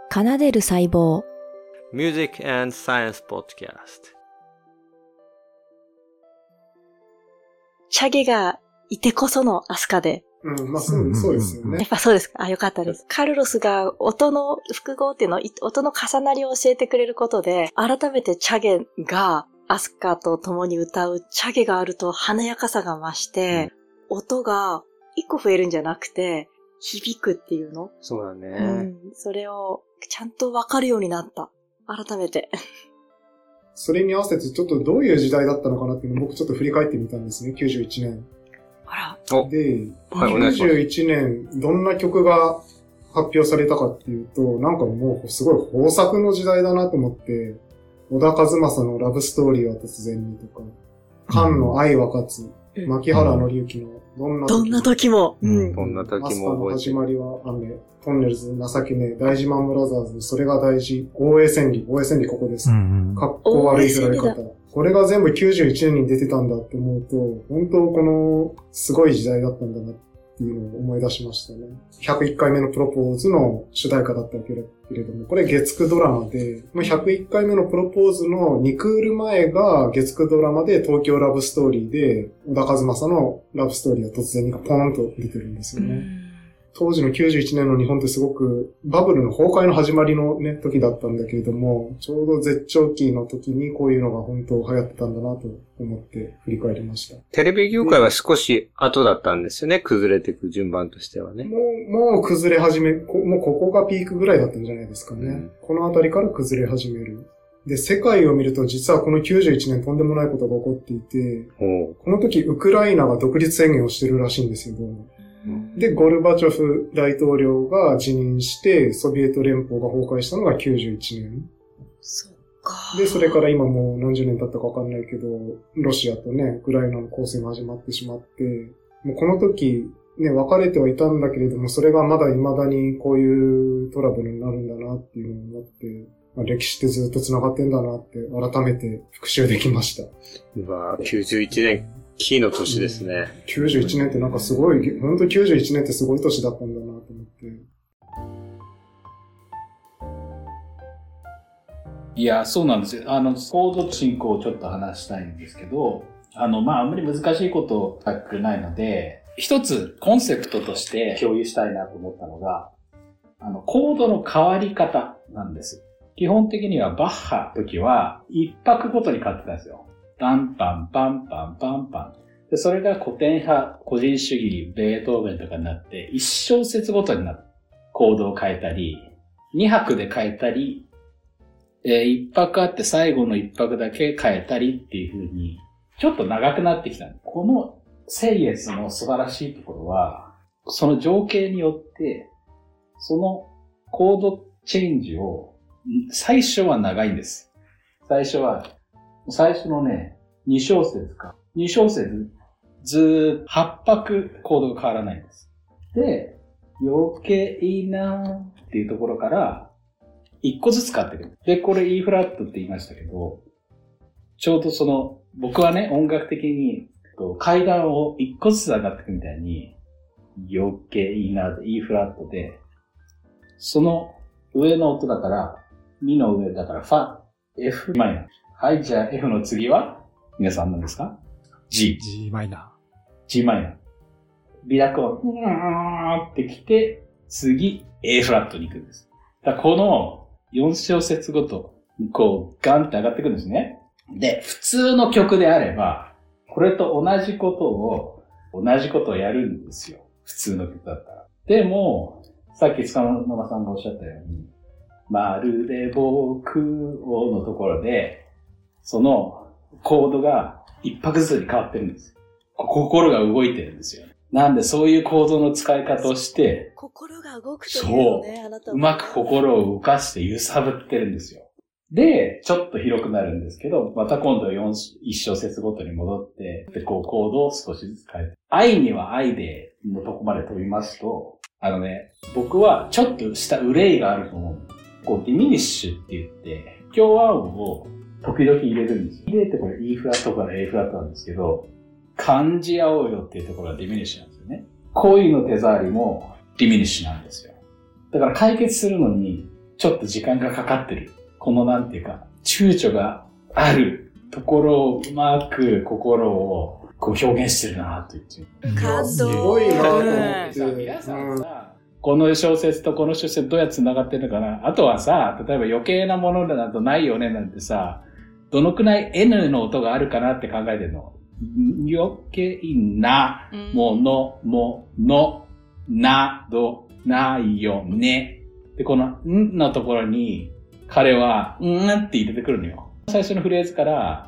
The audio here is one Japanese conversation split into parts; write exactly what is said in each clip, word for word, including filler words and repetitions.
奏でる細胞 Music and Science Podcast。 チャゲがいてこそのアスカで。 うん、まあそう、そうですよね。 やっぱそうですか。あ、よかったです。カルロスが音の複合っていうの、音の重なりを教えてくれることで、改めてチャゲがアスカと共に歌うチャゲがあると華やかさが増して、うん、音が一個増えるんじゃなくて、響くっていうの？ そうだね。 うん。それをちゃんとわかるようになった。改めて。 それに合わせてちょっとどういう時代だったのかなっていうのを僕ちょっと振り返ってみたんですね、きゅうじゅういちねん。 あら。で、はい、きゅうじゅういちねんどんな曲が発表されたかっていうと、なんかもうすごい豊作の時代だなと思って、小田和正のラブストーリーは突然にとか、菅の愛は勝つ、うん、牧原紀之のどんな時も。 どんな時も。 うん。どんな時も。 マスターの始まりは雨、トンネルズ、情けねえ、大事マンブラザーズ、それが大事、大江千里、大江千里ここです。うんうん、かっこ悪い振られ方。これが全部きゅうじゅういちねんに出てたんだって思うと、本当このすごい時代だったんだなっていうのを思い出しましたね。ひゃくいっかいめのプロポーズの主題歌だったけれども、これ月くドラマで、ひゃくいっかいめのプロポーズのにクール前が月くドラマで東京ラブストーリーで、小田和正のラブストーリーが突然にポーンと出てるんですよね。当時のきゅうじゅういちねんの日本ってすごくバブルの崩壊の始まりのね、時だったんだけれども、ちょうど絶頂期の時にこういうのが本当流行ってたんだなと思って振り返りました。 テレビ業界は少し後だったんですよね、崩れていく順番としてはね。 もう、もう崩れ始め、もうここがピークぐらいだったんじゃないですかね。うん、このあたりから崩れ始める。で、世界を見ると実はこのきゅうじゅういちねんとんでもないことが起こっていて、この時ウクライナが独立宣言をしてるらしいんですよ、どうも。で、ゴルバチョフ大統領が辞任して、ソビエト連邦が崩壊したのがきゅうじゅういちねん。 そっか。 で、それから今もう何十年経ったかわかんないけど、ロシアとね、ウクライナの交戦が始まってしまって、もうこの時、ね、別れてはいたんだけれども、それがまだ未だにこういうトラブルになるんだなっていうのを思って、まあ、歴史ってずっと繋がってんだなって改めて復習できました。 うわぁ、きゅうじゅういちねん。キーの年ですね、 うん。きゅうじゅういちねんってなんかすごい、本当きゅうじゅういちねんってすごい年だったんだなと思って。 いや、そうなんですよ。あの、コード進行をちょっと話したいんですけど、あの、まあ、あんまり難しいことを書くないので、一つコンセプトとして共有したいなと思ったのが、あの、コードの変わり方なんです。基本的にはバッハの時は一拍ごとに変わってたんですよ。パンパンパンパンパンパン。で、それが古典派、個人主義、ベートーベンとかになって、一小節ごとになる。コードを変えたり、二拍で変えたり、えー、一拍あって最後の一拍だけ変えたりっていう風に、ちょっと長くなってきた。このセイエスの素晴らしいところは、その情景によって、そのコードチェンジを、最初は長いんです。最初は、最初のね、に小節か。に小節、ずーっとはっ拍コードが変わらないんです。で、余計なっていうところから、いっこずつ変わってくる。で、これ E フラットって言いましたけど、ちょうどその、僕はね、音楽的に階段をいっこずつ上がっていくみたいに、余計なで E フラットで、その上の音だから、ミの上だからファ、F マイナー。はい、じゃあ F の次は皆さん何ですか？ G。 G マイナー。 G マイナー。微濁を、うーってきて、次 A フラットに行くんです。だからこのよん小節ごとにこうガンって上がっていくんですね。で、普通の曲であれば、これと同じことを、同じことをやるんですよ。普通の曲だったら。でも、さっき塚沼さんがおっしゃったように、まるで僕をのところで、そのコードが一拍ずつに変わってるんです。心が動いてるんですよ。なんでそういうコードの使い方をして、 心が動くというね、あなたは。 うまく心を動かして揺さぶってるんですよ。で、ちょっと広くなるんですけど、また今度よん、いち小節ごとに戻って、で、こうコードを少しずつ変えて。愛には愛でのとこまで飛びますと、あのね、僕はちょっとした憂いがあると思う。こう、ディミニッシュって言って、不協和音を時々入れるんですよ。入れてこれ E フラットから A フラットなんですけど、感じ合おうよっていうところはディミニッシュなんですよね。恋の手触りもディミニッシュなんですよ。だから解決するのに、 ちょっと時間がかかってる。このなんていうか、躊躇があるところをうまく心をこう表現してるなと言って。 感動。 すごいなと思って。 皆さんさ、この小説とこの小説どうやって繋がってるのかな。あとはさ、例えば余計なものだとないよねなんてさ、どのくらい N の音があるかなって考えてるの。余計なもの、もの、など、ないよね。で、このんのところに、彼は、んって入れてくるのよ。最初のフレーズから、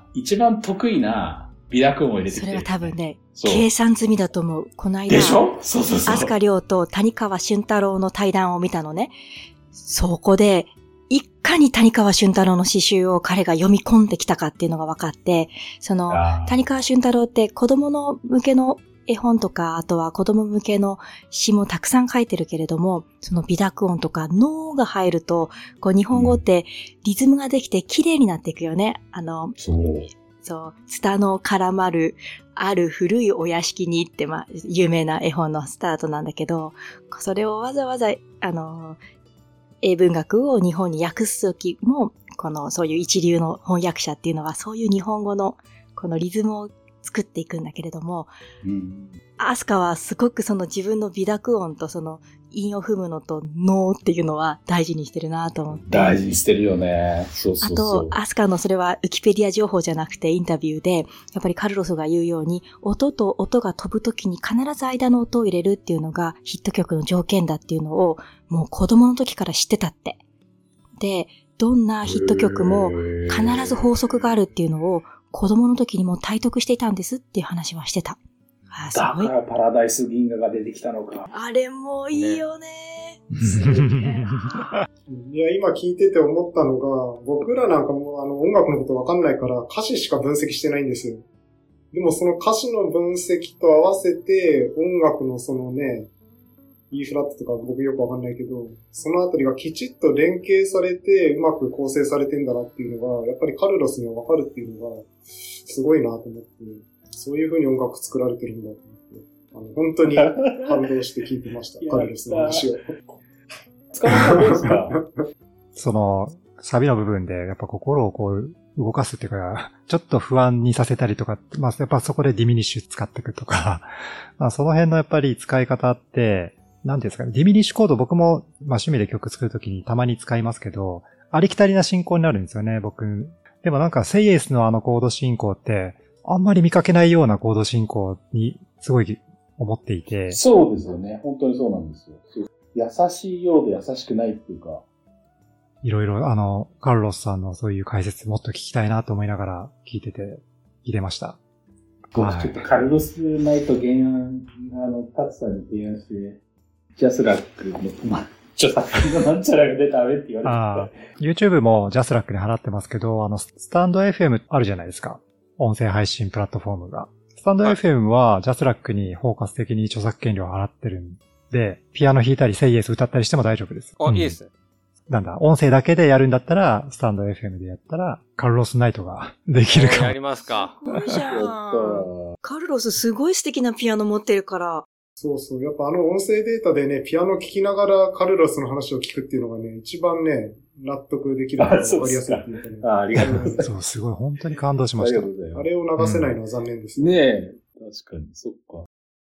一番得意な美濁音を入れてきて。 それは多分ね、計算済みだと思う。この間。 でしょ？そうそうそう。 飛鳥涼と谷川俊太郎の対談を見たのね。そこで、いかに谷川俊太郎の詩集を彼が読み込んできたかっていうのが分かって、その、谷川俊太郎って子供の向けの絵本とか、あとは子供向けの詩もたくさん書いてるけれども、その美濁音とか脳が入ると、こう日本語ってリズムができて綺麗になっていくよね。あの、 そう。 そう、ツタの絡まる、ある古いお屋敷にって、まあ、有名な絵本のスタートなんだけど、それをわざわざ、あの、英文学を日本に訳すときも、この、そういう一流の翻訳者っていうのは、そういう日本語の、このリズムを作っていくんだけれども、うん、アスカはすごくその自分の美濁音とその韻を踏むのと脳っていうのは大事にしてるなと思って。 大事にしてるよね。そうそうそう。 あと、アスカのそれはウィキペディア情報じゃなくてインタビューで、やっぱりカルロスが言うように、音と音が飛ぶときに必ず間の音を入れるっていうのがヒット曲の条件だっていうのを、もう子供の時から知ってたって。で、どんなヒット曲も必ず法則があるっていうのを子供の時にも体得していたんですっていう話はしてた。 あ、すごい。だからパラダイス銀河が出てきたのか。 あれもいいよね。 ねいや、今聞いてて思ったのが、僕らなんかもあの音楽のことわかんないから歌詞しか分析してないんですよ。でもその歌詞の分析と合わせて音楽のそのね、E フラットとか僕よくわかんないけど、そのあたりがきちっと連携されてうまく構成されてんだなっていうのが、やっぱりカルロスにはわかるっていうのが、すごいなと思って、そういう風に音楽作られてるんだと思って、あの本当に感動して聞いてました、カルロスの話を。 使うのですかその、サビの部分でやっぱ心をこう動かすっていうか、ちょっと不安にさせたりとか、まあやっぱそこでディミニッシュ使っていくとか、まあその辺のやっぱり使い方って、なんていうんですかね、ディミニッシュコード僕も、まあ趣味で曲作るときにたまに使いますけど、ありきたりな進行になるんですよね、僕。でもなんかセイエスのあのコード進行って、あんまり見かけないようなコード進行にすごい思っていて。 そうですよね。本当にそうなんですよ。優しいようで優しくないっていうか。 いろいろあの、カルロスさんのそういう解説もっと聞きたいなと思いながら聞いてて、聞いてました。 僕ちょっとカルロスナイト原案、あの、タツさんに提案して、ジャスラックの、まあ、著作のなんちゃらが出た上って言われてて。YouTube もジャスラックに払ってますけど、あの、スタンド エフエム あるじゃないですか。音声配信プラットフォームが。スタンド エフエム はジャスラックに包括的に著作権料を払ってるんで、ピアノ弾いたりセイエス歌ったりしても大丈夫です。 あ、うん、いいですね。 なんだ、音声だけでやるんだったら、スタンド エフエム でやったら、カルロスナイトができるかも。 やりますか。 すごいじゃん。カルロスすごい素敵なピアノ持ってるから。 そうそう。やっぱあの音声データでね、ピアノ聴きながらカルロスの話を聞くっていうのがね、一番ね、納得できるのが分かりやすいっていうかね。 あ、ありがとうございます。 そう、すごい、本当に感動しました。 ありがとうございます。あれを流せないのは残念ですね。ねえ。確かに、そっか。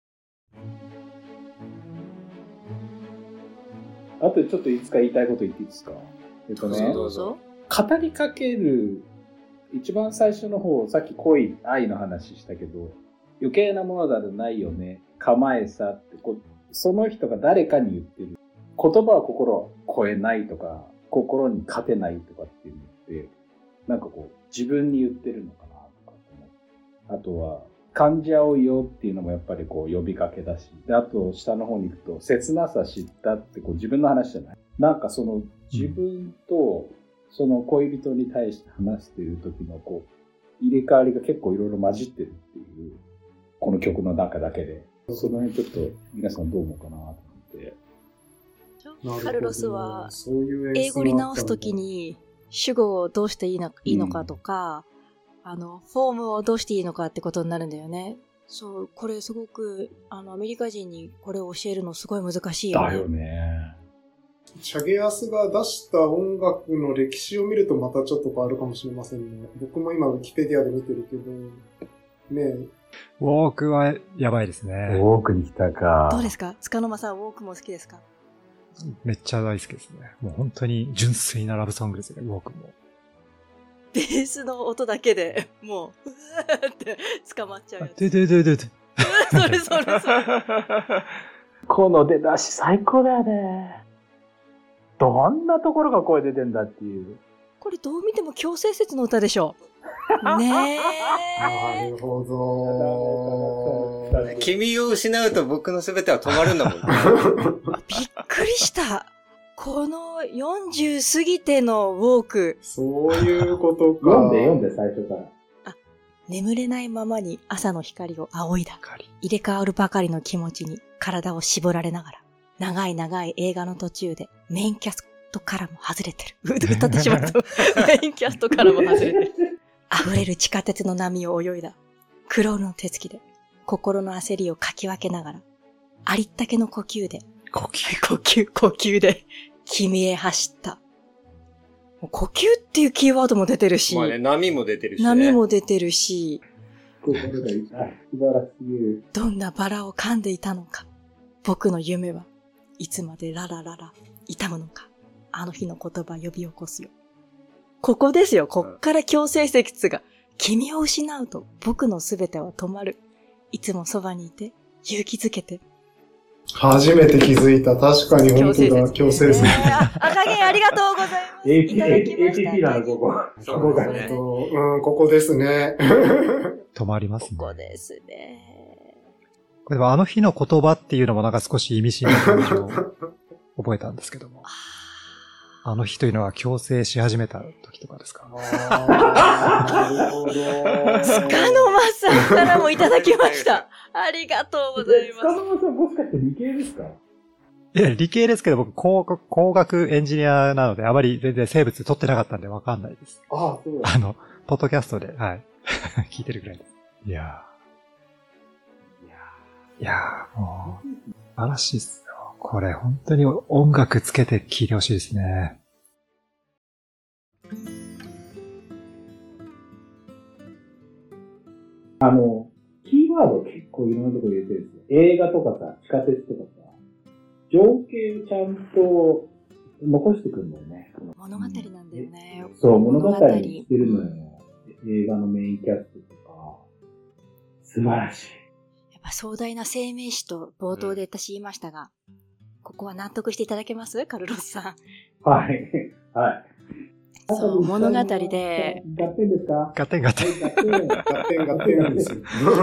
あとちょっといつか言いたいこと言っていいですか？えっとね、 どうぞ。 語りかける、一番最初の方、さっき恋、愛の話したけど、余計なものだとないよね。構えさってこう、その人が誰かに言ってる。言葉は心を超えないとか、心に勝てないとかっていうのって、なんかこう、自分に言ってるのかなとかって思う。あとは、感じ合おうよっていうのもやっぱりこう呼びかけだし。で、あと下の方に行くと、切なさ知ったってこう自分の話じゃない。なんかその自分とその恋人に対して話している時のこう、入れ替わりが結構いろいろ混じってるっていう、この曲の中だけで。その辺ちょっと皆さんどう思うかなと思って。 カルロスは英語に直すときに主語をどうしていいの、いいのかとか、うん、あの、フォームをどうしていいのかってことになるんだよね。そう、これすごく、あの、アメリカ人にこれを教えるのすごい難しいよね。 だよね。 チャゲヤスが出した音楽の歴史を見るとまたちょっと変わるかもしれませんね。僕も今ウィキペディアで見てるけど、ねえ。 ウォークはやばいですね。 ウォークに来たか。 どうですか塚の間さん、ウォークも好きですか？ めっちゃ大好きですね。もう本当に純粋なラブソングですね、ウォークも。 ベースの音だけでもう、うわーって捕まっちゃうやつ。 ででででで。 それそれそれ。 この出だし最高だよね。どんなところが声出てんだっていう。 これどう見ても強制説の歌でしょ。ねえ。 なるほど。 君を失うと僕の全ては止まるんだもんね。 びっくりした。このよんじゅう過ぎてのウォーク。 そういうことか。 読んで読んで最初から。 あ、眠れないままに朝の光を仰いだ。入れ替わるばかりの気持ちに体を絞られながら、長い長い映画の途中でメインキャストからも外れてる。歌ってしまった。メインキャストからも外れてる。溢れる地下鉄の波を泳いだ。クロールの手つきで、心の焦りをかき分けながら、ありったけの呼吸で、 呼吸呼吸、呼吸で、君へ走った。呼吸っていうキーワードも出てるし、 まあね、波も出てるしね。 波も出てるし、 心が痛い。素晴らしい。 どんなバラを噛んでいたのか。僕の夢はいつまでララララ痛むのか。あの日の言葉呼び起こすよ。ここですよ。こっから強制説が。君を失うと僕のすべては止まる。いつもそばにいて、勇気づけて。 初めて気づいた。確かに本当だ。強制説。 赤毛ありがとうございます。いただきました。 エーティーピー なの、ここ。 そうここがですね。 うん、ここですね。 止まりますね。 ここですね。 これはあの日の言葉っていうのもなんか少し意味深な感じを覚えたんですけども。あの日というのは強制し始めた時とかですか？ あー、なるほど。 つかの間さんからもいただきました。ありがとうございます。 つかの間さんもしかして理系ですか？ いや、理系ですけど僕工学、工学エンジニアなのであまり全然生物取ってなかったんでわかんないです。 ああ、そうだ。 あの、ポッドキャストで、はい。聞いてるぐらいです。いやー。いやー。いやー、もう、素晴らしいっすよ。これ本当に音楽つけて聴いてほしいですね。 あの、キーワード結構いろんなところ入れてるんですよ。映画とかさ、地下鉄とかさ、情景をちゃんと残してくるんだよね。 物語なんだよね。 そう、物語にしてるのよ。映画のメインキャストとか。素晴らしい。 やっぱ壮大な生命史と冒頭で私言いましたが、うん、ここは納得していただけます？カルロスさん。 はい。はい。 そう、物語で。 合点ですか？ 合点合点。 合点合点なんですよ。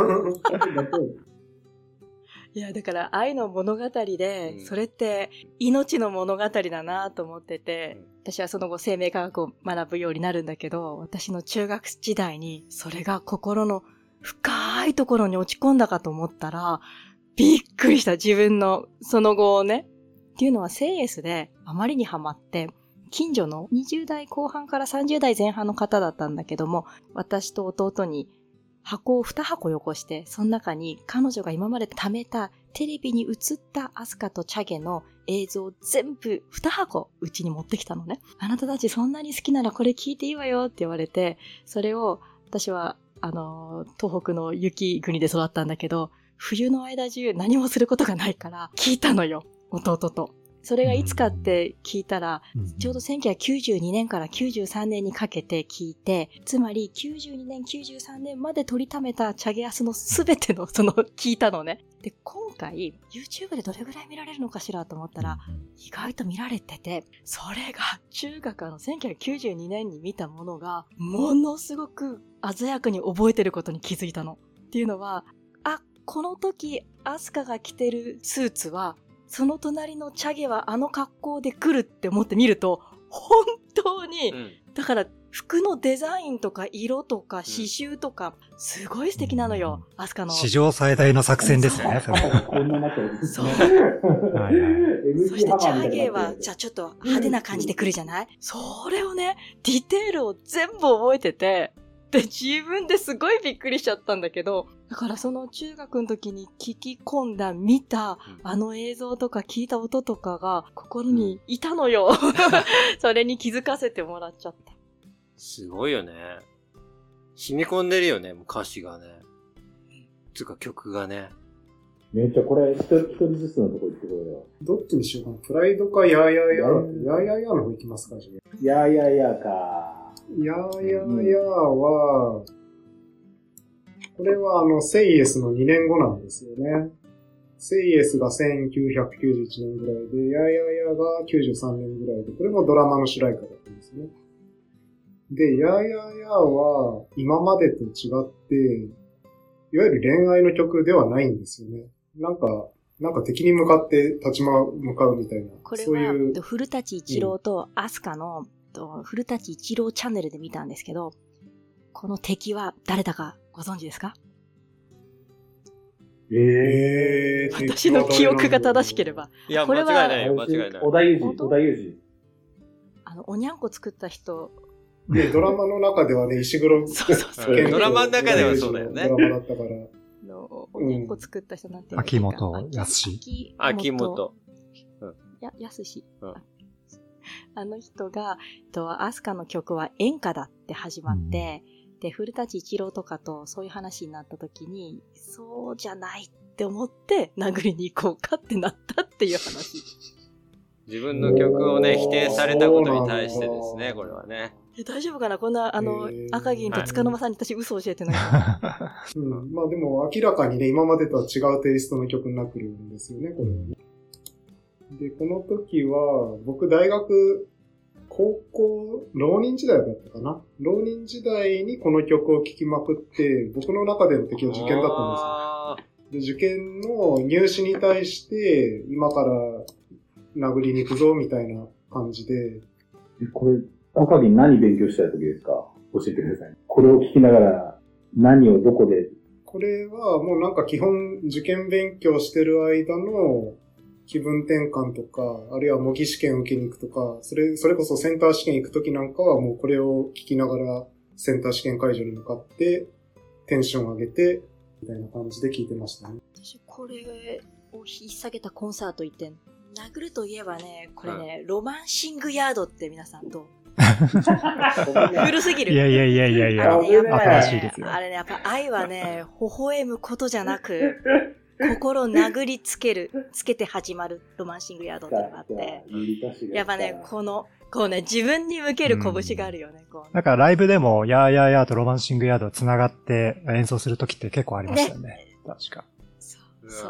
いや、だから愛の物語で、うん、それって命の物語だなと思ってて、うん、私はその後生命科学を学ぶようになるんだけど、私の中学時代にそれが心の深いところに落ち込んだかと思ったら、びっくりした自分のその後をね。っていうのはセイエスであまりにハマって、近所のにじゅう代後半からさんじゅう代前半の方だったんだけども、私と弟に箱をに箱よこして、その中に彼女が今まで貯めたテレビに映ったアスカとチャゲの映像全部に箱うちに持ってきたのね。あなたたちそんなに好きならこれ聞いていいわよって言われて、それを私はあの東北の雪国で育ったんだけど、冬の間中何もすることがないから聞いたのよ、弟と。それがいつかって聞いたら、ちょうどせんきゅうひゃくきゅうじゅうにねんからきゅうじゅうさんねんにかけて聞いて、つまりきゅうじゅうにねん、きゅうじゅうさんねんまで取りためたチャゲアスのすべてのその聞いたのね。で、今回 YouTube でどれぐらい見られるのかしらと思ったら、意外と見られてて、それが中学のせんきゅうひゃくきゅうじゅうにねんに見たものが、ものすごく鮮やかに覚えてることに気づいたの。っていうのは、あ、この時アスカが着てるスーツは、その隣のチャゲはあの格好で来るって思ってみると、本当に、うん、だから服のデザインとか色とか刺繍とか、すごい素敵なのよ、アスカの。 史上最大の作戦ですね、それ。 そう。そしてチャゲは、じゃあちょっと派手な感じで来るじゃない？それをね、ディテールを全部覚えてて、 って自分ですごいびっくりしちゃったんだけど、だからその中学の時に聞き込んだ、見た、あの映像とか聞いた音とかが心にいたのよ。それに気づかせてもらっちゃった。 すごいよね。染み込んでるよね、もう歌詞がね。つうか曲がね。 めっちゃこれ、一人一人ずつのとこ行ってこいよ。 どっちにしようかな。プライドか、やーやーやー。やーやーやーの方行きますか、じゃあ。 やーやーやーか。 やーやーやーは、これはあの、セイエスのにねんごなんですよね。セイエスがせんきゅうひゃくきゅうじゅういちねんぐらいで、やーやーやーがきゅうじゅうさんねんぐらいで、これもドラマの主題歌だったんですね。で、やーやーやーは、今までと違って、いわゆる恋愛の曲ではないんですよね。なんか、なんか敵に向かって立ち向かうみたいな。 これは、 そういう、 古舘一郎とアスカの、うん、古舘一郎チャンネルで見たんですけど、この敵は誰だかご存知ですか？ えー、 私の記憶が正しければ。 いや、間違いないよ、間違いない。 小田裕二、小田裕二。 あの、おにゃんこ作った人。 で、ドラマの中ではね、石黒そうそうそう。 ドラマの中ではそうだよね。 ドラマだったから。 のおにゃんこ作った人なんていうの、 秋元康。 秋元。 うん。や、やすし。うん。あの人が、と、アスカの曲は演歌だって始まって、うん、で、古舘一郎とかとそういう話になった時に、そうじゃないって思って、殴りに行こうかってなったっていう話。 自分の曲をね、否定されたことに対してですね、これはね。 え、大丈夫かなこんな、あの、赤銀と塚沼さんに私嘘教えてない。 うん。まあでも明らかにね、今までとは違うテイストの曲になってるんですよね、これはね。で、この時は、僕大学、高校、浪人時代だったかな。浪人時代にこの曲を聴きまくって、僕の中での敵は受験だったんですよ。で、受験の入試に対して、今から殴りに行くぞ、みたいな感じで。 これ、赤木何勉強した時ですか？教えてください。これを聞きながら、何をどこで？ これはもうなんか基本受験勉強してる間の気分転換とか、あるいは模擬試験受けに行くとか、それ、それこそセンター試験行くときなんかはもうこれを聞きながらセンター試験会場に向かってテンション上げて、みたいな感じで聞いてましたね。 私これを引っ提げたコンサート行って、殴るといえばね、これね、うん、ロマンシングヤードって皆さんどう？古すぎる。 いやいやいやいやいや、 あれね、やっぱ、 新しいですよ。 あれね、やっぱ愛はね、微笑むことじゃなく、心殴りつける、つけて始まるロマンシングヤードってのがあって、やっぱね、この、こうね、自分に向ける拳があるよね、うん、こう。 だからライブでも、ヤーヤーヤーとロマンシングヤード繋がって演奏するときって結構ありましたよね。ね、確か。 そう、そう。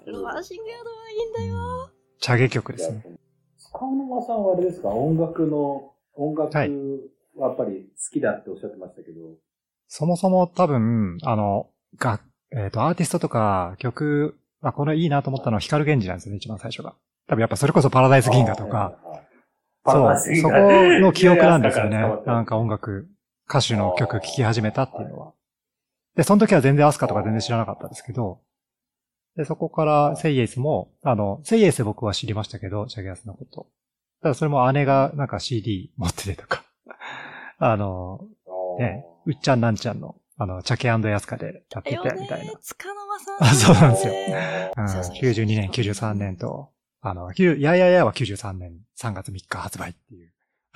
ロマンシングヤードはいいんだよ。 チャゲ曲ですね。 塚沼さんはあれですか？音楽の、音楽はやっぱり好きだっておっしゃってましたけど。はい、 そもそも多分、あの、が、えっと、アーティストとか曲、あ、これいいなと思ったのは光源氏なんですよね、一番最初が。多分やっぱそれこそパラダイス銀河とか、そう、そこの記憶なんですよね。なんか音楽、歌手の曲聴き始めたっていうのは。で、その時は全然アスカとか全然知らなかったんですけど、で、そこからセイエスも、あの、セイエス僕は知りましたけど、チャゲアスのこと。ただそれも姉がなんか シーディー 持っててとか、あの、ね、うっちゃんなんちゃんの、あの、チャケ&ヤスカでやってて、みたいな。 塚沼さん。 あ、そうなんですよ。うん、きゅうじゅうにねん、きゅうじゅうさんねんと、あの、やややはきゅうじゅうさんねんさんがつみっか発売っていう。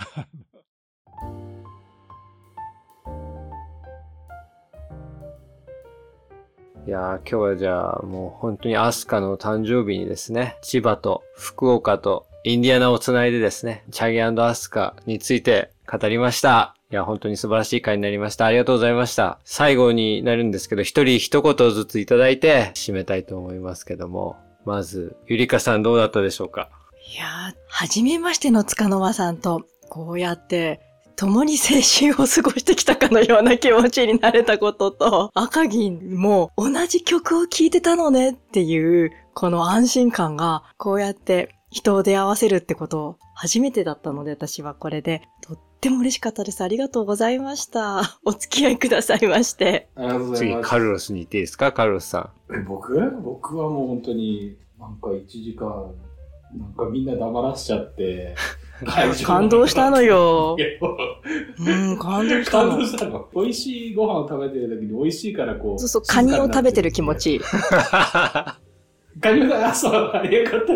いやー、今日はじゃあもう本当にアスカの誕生日にですね、千葉と福岡とインディアナをつないでですね、チャゲ&アスカについて語りました。いや、本当に素晴らしい回になりました。ありがとうございました。最後になるんですけど、一人一言ずついただいて締めたいと思いますけども、まず、ゆりかさんどうだったでしょうか？ いやー、初めましての塚沼さんと、こうやって、共に青春を過ごしてきたかのような気持ちになれたことと、赤銀も同じ曲を聴いてたのねっていう、この安心感が、こうやって人を出会わせるってこと初めてだったので、私はこれで、とっても嬉しかったです。ありがとうございました。お付き合いくださいまして。 ありがとうございます。 次、カルロスに行っていいですか？カルロスさん。 え、僕僕はもう本当に、なんかいちじかん、なんかみんな黙らせちゃって、 感動したのよ。うん、感動したの。 感動したの。美味しいご飯を食べてる時に美味しいからこう。 そうそう、カニを食べてる気持ち。 カニを、あ、そう、よかった。よかった。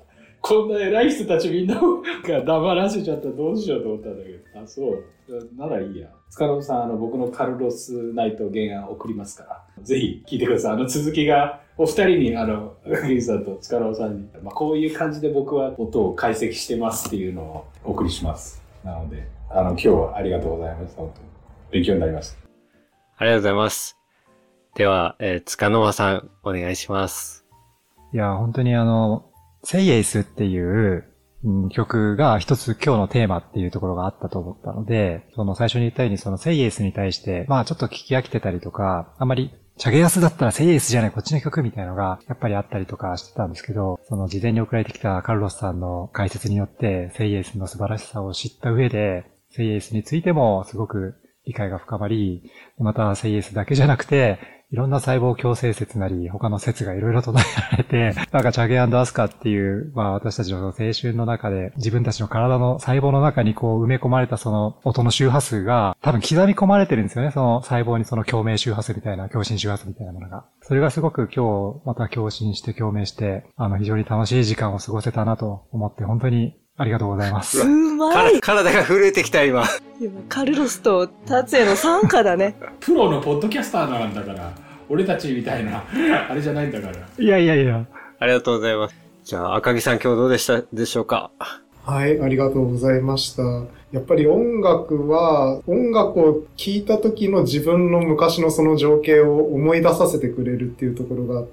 こんな偉い人たちみんなが黙らせちゃったらどうしようと思ったんだけど。あ、そう。ならいいや。塚野さん、あの、僕のカルロスナイト原案送りますから。ぜひ聞いてください。あの、続きが、お二人に、あの、ギリさんと塚野さんに、まあ、こういう感じで僕は音を解析してますっていうのをお送りします。なので、あの、今日はありがとうございました。本当に勉強になりました。 ありがとうございます。では、えー、塚野さん、お願いします。 いや、本当にあの、セイエイスっていう、うん、曲が一つ今日のテーマっていうところがあったと思ったので、その最初に言ったようにそのセイエイスに対して、まあちょっと聞き飽きてたりとか、あんまりチャゲヤスだったらセイエイスじゃないこっちの曲みたいなのがやっぱりあったりとかしてたんですけど、その事前に送られてきたカルロスさんの解説によってセイエイスの素晴らしさを知った上で、セイエイスについてもすごく理解が深まり、またセイエイスだけじゃなくて、いろんな細胞共生説なり、他の説がいろいろ唱えられて、なんかチャゲ&アスカっていう、まあ私たちの青春の中で、自分たちの体の細胞の中にこう埋め込まれたその音の周波数が、多分刻み込まれてるんですよね。その細胞にその共鳴周波数みたいな、共振周波数みたいなものが。それがすごく今日また共振して共鳴して、あの非常に楽しい時間を過ごせたなと思って、本当にありがとうございます。 うまい。 体が震えてきた今。 今カルロスと達也の参加だね。 プロのポッドキャスターなんだから。俺たちみたいな、あれじゃないんだから。 いやいやいや。 ありがとうございます。じゃあ、赤木さん今日どうでしたでしょうか？ はい、ありがとうございました。やっぱり音楽は、音楽を聴いた時の自分の昔のその情景を思い出させてくれるっていうところがあって、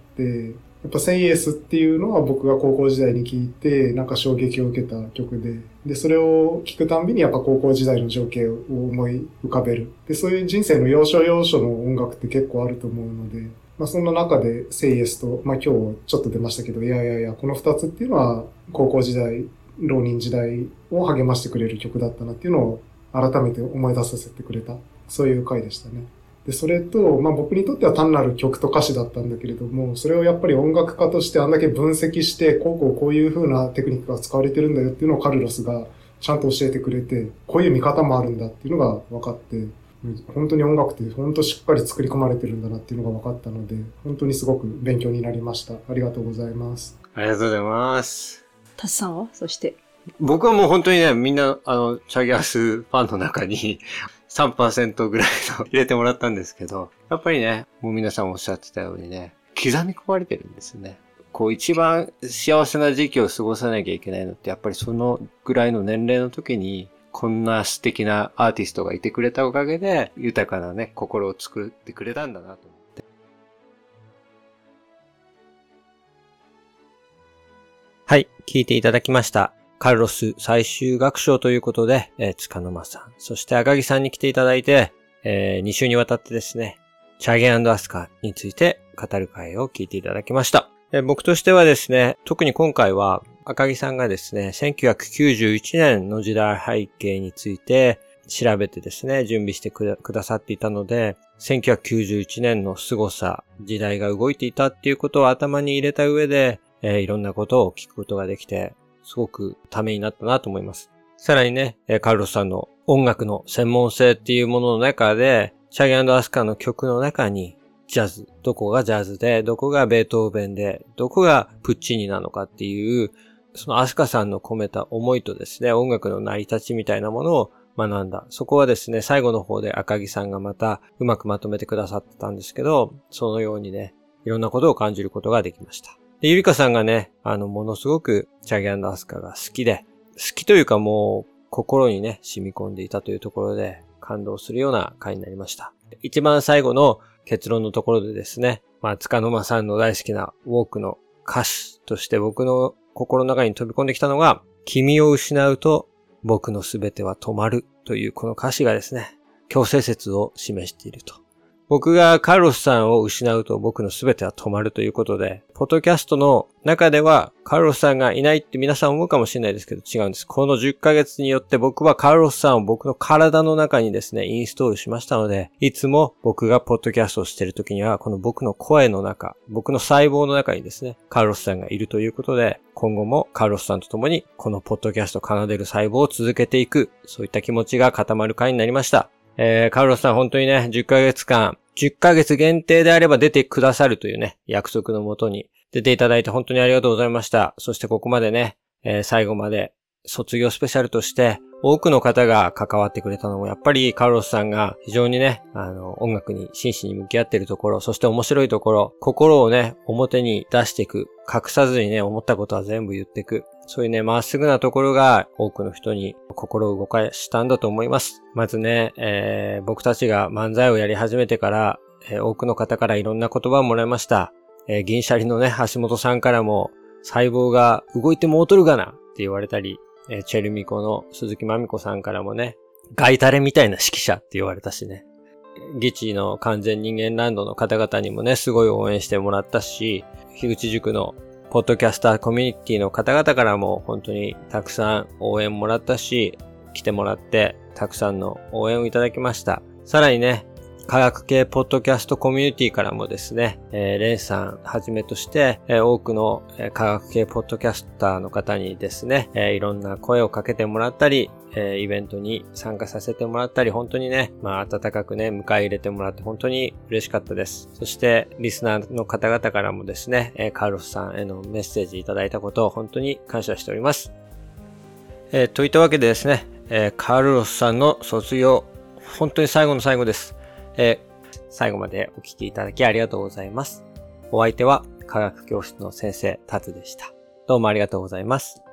やっぱセイエスっていうのは僕が高校時代に聴いて、なんか衝撃を受けた曲で、で、それを聴くたんびにやっぱ高校時代の情景を思い浮かべる。で、そういう人生の要所要所の音楽って結構あると思うので、まあそんな中でセイエスと、まあ今日ちょっと出ましたけど、いやいやいや、この二つっていうのは高校時代、浪人時代を励ましてくれる曲だったなっていうのを改めて思い出させてくれた。そういう回でしたね。で、それと、まあ僕にとっては単なる曲と歌詞だったんだけれども、それをやっぱり音楽家としてあんだけ分析して、こうこうこういう風なテクニックが使われてるんだよっていうのをカルロスがちゃんと教えてくれて、こういう見方もあるんだっていうのが分かって、本当に音楽って本当しっかり作り込まれてるんだなっていうのが分かったので、本当にすごく勉強になりました。ありがとうございます。 ありがとうございます。 タスさんはそして。 僕はもう本当にね、みんな、あの、チャゲアスファンの中にさんパーセント ぐらいの入れてもらったんですけど、やっぱりね、もう皆さんおっしゃってたようにね、刻み込まれてるんですよね。こう一番幸せな時期を過ごさなきゃいけないのって、やっぱりそのぐらいの年齢の時に、こんな素敵なアーティストがいてくれたおかげで、豊かなね、心を作ってくれたんだなと思って。はい、聞いていただきました。カルロス最終楽章ということで、えー、塚沼さん、そして赤木さんに来ていただいて、えー、に週にわたってですね、チャゲ&アスカについて語る会を聞いていただきました。えー、僕としてはですね、特に今回は赤木さんがですね、せんきゅうひゃくきゅうじゅういちねんの時代背景について調べてですね、準備してくださっていたので、せんきゅうひゃくきゅうじゅういちねんの凄さ、時代が動いていたっていうことを頭に入れた上で、えー、いろんなことを聞くことができて、すごくためになったなと思います。さらにね、カルロスさんの音楽の専門性っていうものの中で、チャゲ&アスカの曲の中に、ジャズ、どこがジャズで、どこがベートーベンで、どこがプッチーニなのかっていう、そのアスカさんの込めた思いとですね、音楽の成り立ちみたいなものを学んだ。そこはですね、最後の方で赤木さんがまたうまくまとめてくださってたんですけど、そのようにね、いろんなことを感じることができました。で、ゆりかさんがね、あの、ものすごくチャゲ&アスカが好きで、好きというかもう心にね、染み込んでいたというところで感動するような回になりました。一番最後の結論のところでですね、まあ、塚沼さんの大好きなウォークの歌詞として僕の心の中に飛び込んできたのが、君を失うと僕のすべては止まるというこの歌詞がですね、強制説を示していると。 僕がカルロスさんを失うと僕の全ては止まるということで、ポッドキャストの中ではカルロスさんがいないって皆さん思うかもしれないですけど違うんです。このじゅっかげつによって僕はカルロスさんを僕の体の中にですね、インストールしましたので、いつも僕がポッドキャストをしている時には、この僕の声の中、僕の細胞の中にですね、カルロスさんがいるということで、今後もカルロスさんと共にこのポッドキャストを奏でる細胞を続けていく、そういった気持ちが固まる回になりました。えー、カルロスさん本当にね、じゅっかげつかん、じゅっかげつ限定であれば出てくださるというね、約束のもとに出ていただいて本当にありがとうございました。そしてここまでね、えー、最後まで卒業スペシャルとして多くの方が関わってくれたのもやっぱりカルロスさんが非常にね、あの、音楽に真摯に向き合っているところ、そして面白いところ、心をね、表に出していく、隠さずにね、思ったことは全部言っていく。そういうね、まっすぐなところが多くの人に心を動かしたんだと思います。まずね、えー、僕たちが漫才をやり始めてから、えー、多くの方からいろんな言葉をもらいました。えー、銀シャリのね、橋本さんからも、細胞が動いてもうとるがなって言われたり、えー、チェルミコの鈴木まみこさんからもね、ガイタレみたいな指揮者って言われたしね。ギチの完全人間ランドの方々にもね、すごい応援してもらったし、樋口塾のポッドキャスターコミュニティの方々からも本当にたくさん応援もらったし、来てもらってたくさんの応援をいただきました。さらにね、科学系ポッドキャストコミュニティからもですね、えー、レンさんはじめとして、えー、多くの、えー、科学系ポッドキャスターの方にですね、えー、いろんな声をかけてもらったり、えー、イベントに参加させてもらったり、本当にね、まあ温かくね、迎え入れてもらって本当に嬉しかったです。そして、リスナーの方々からもですね、えー、カルロスさんへのメッセージいただいたことを本当に感謝しております。えー、といったわけでですね、えー、カルロスさんの卒業、本当に最後の最後です。えー、最後までお聞きいただきありがとうございます。お相手は科学教室の先生タツでした。どうもありがとうございます。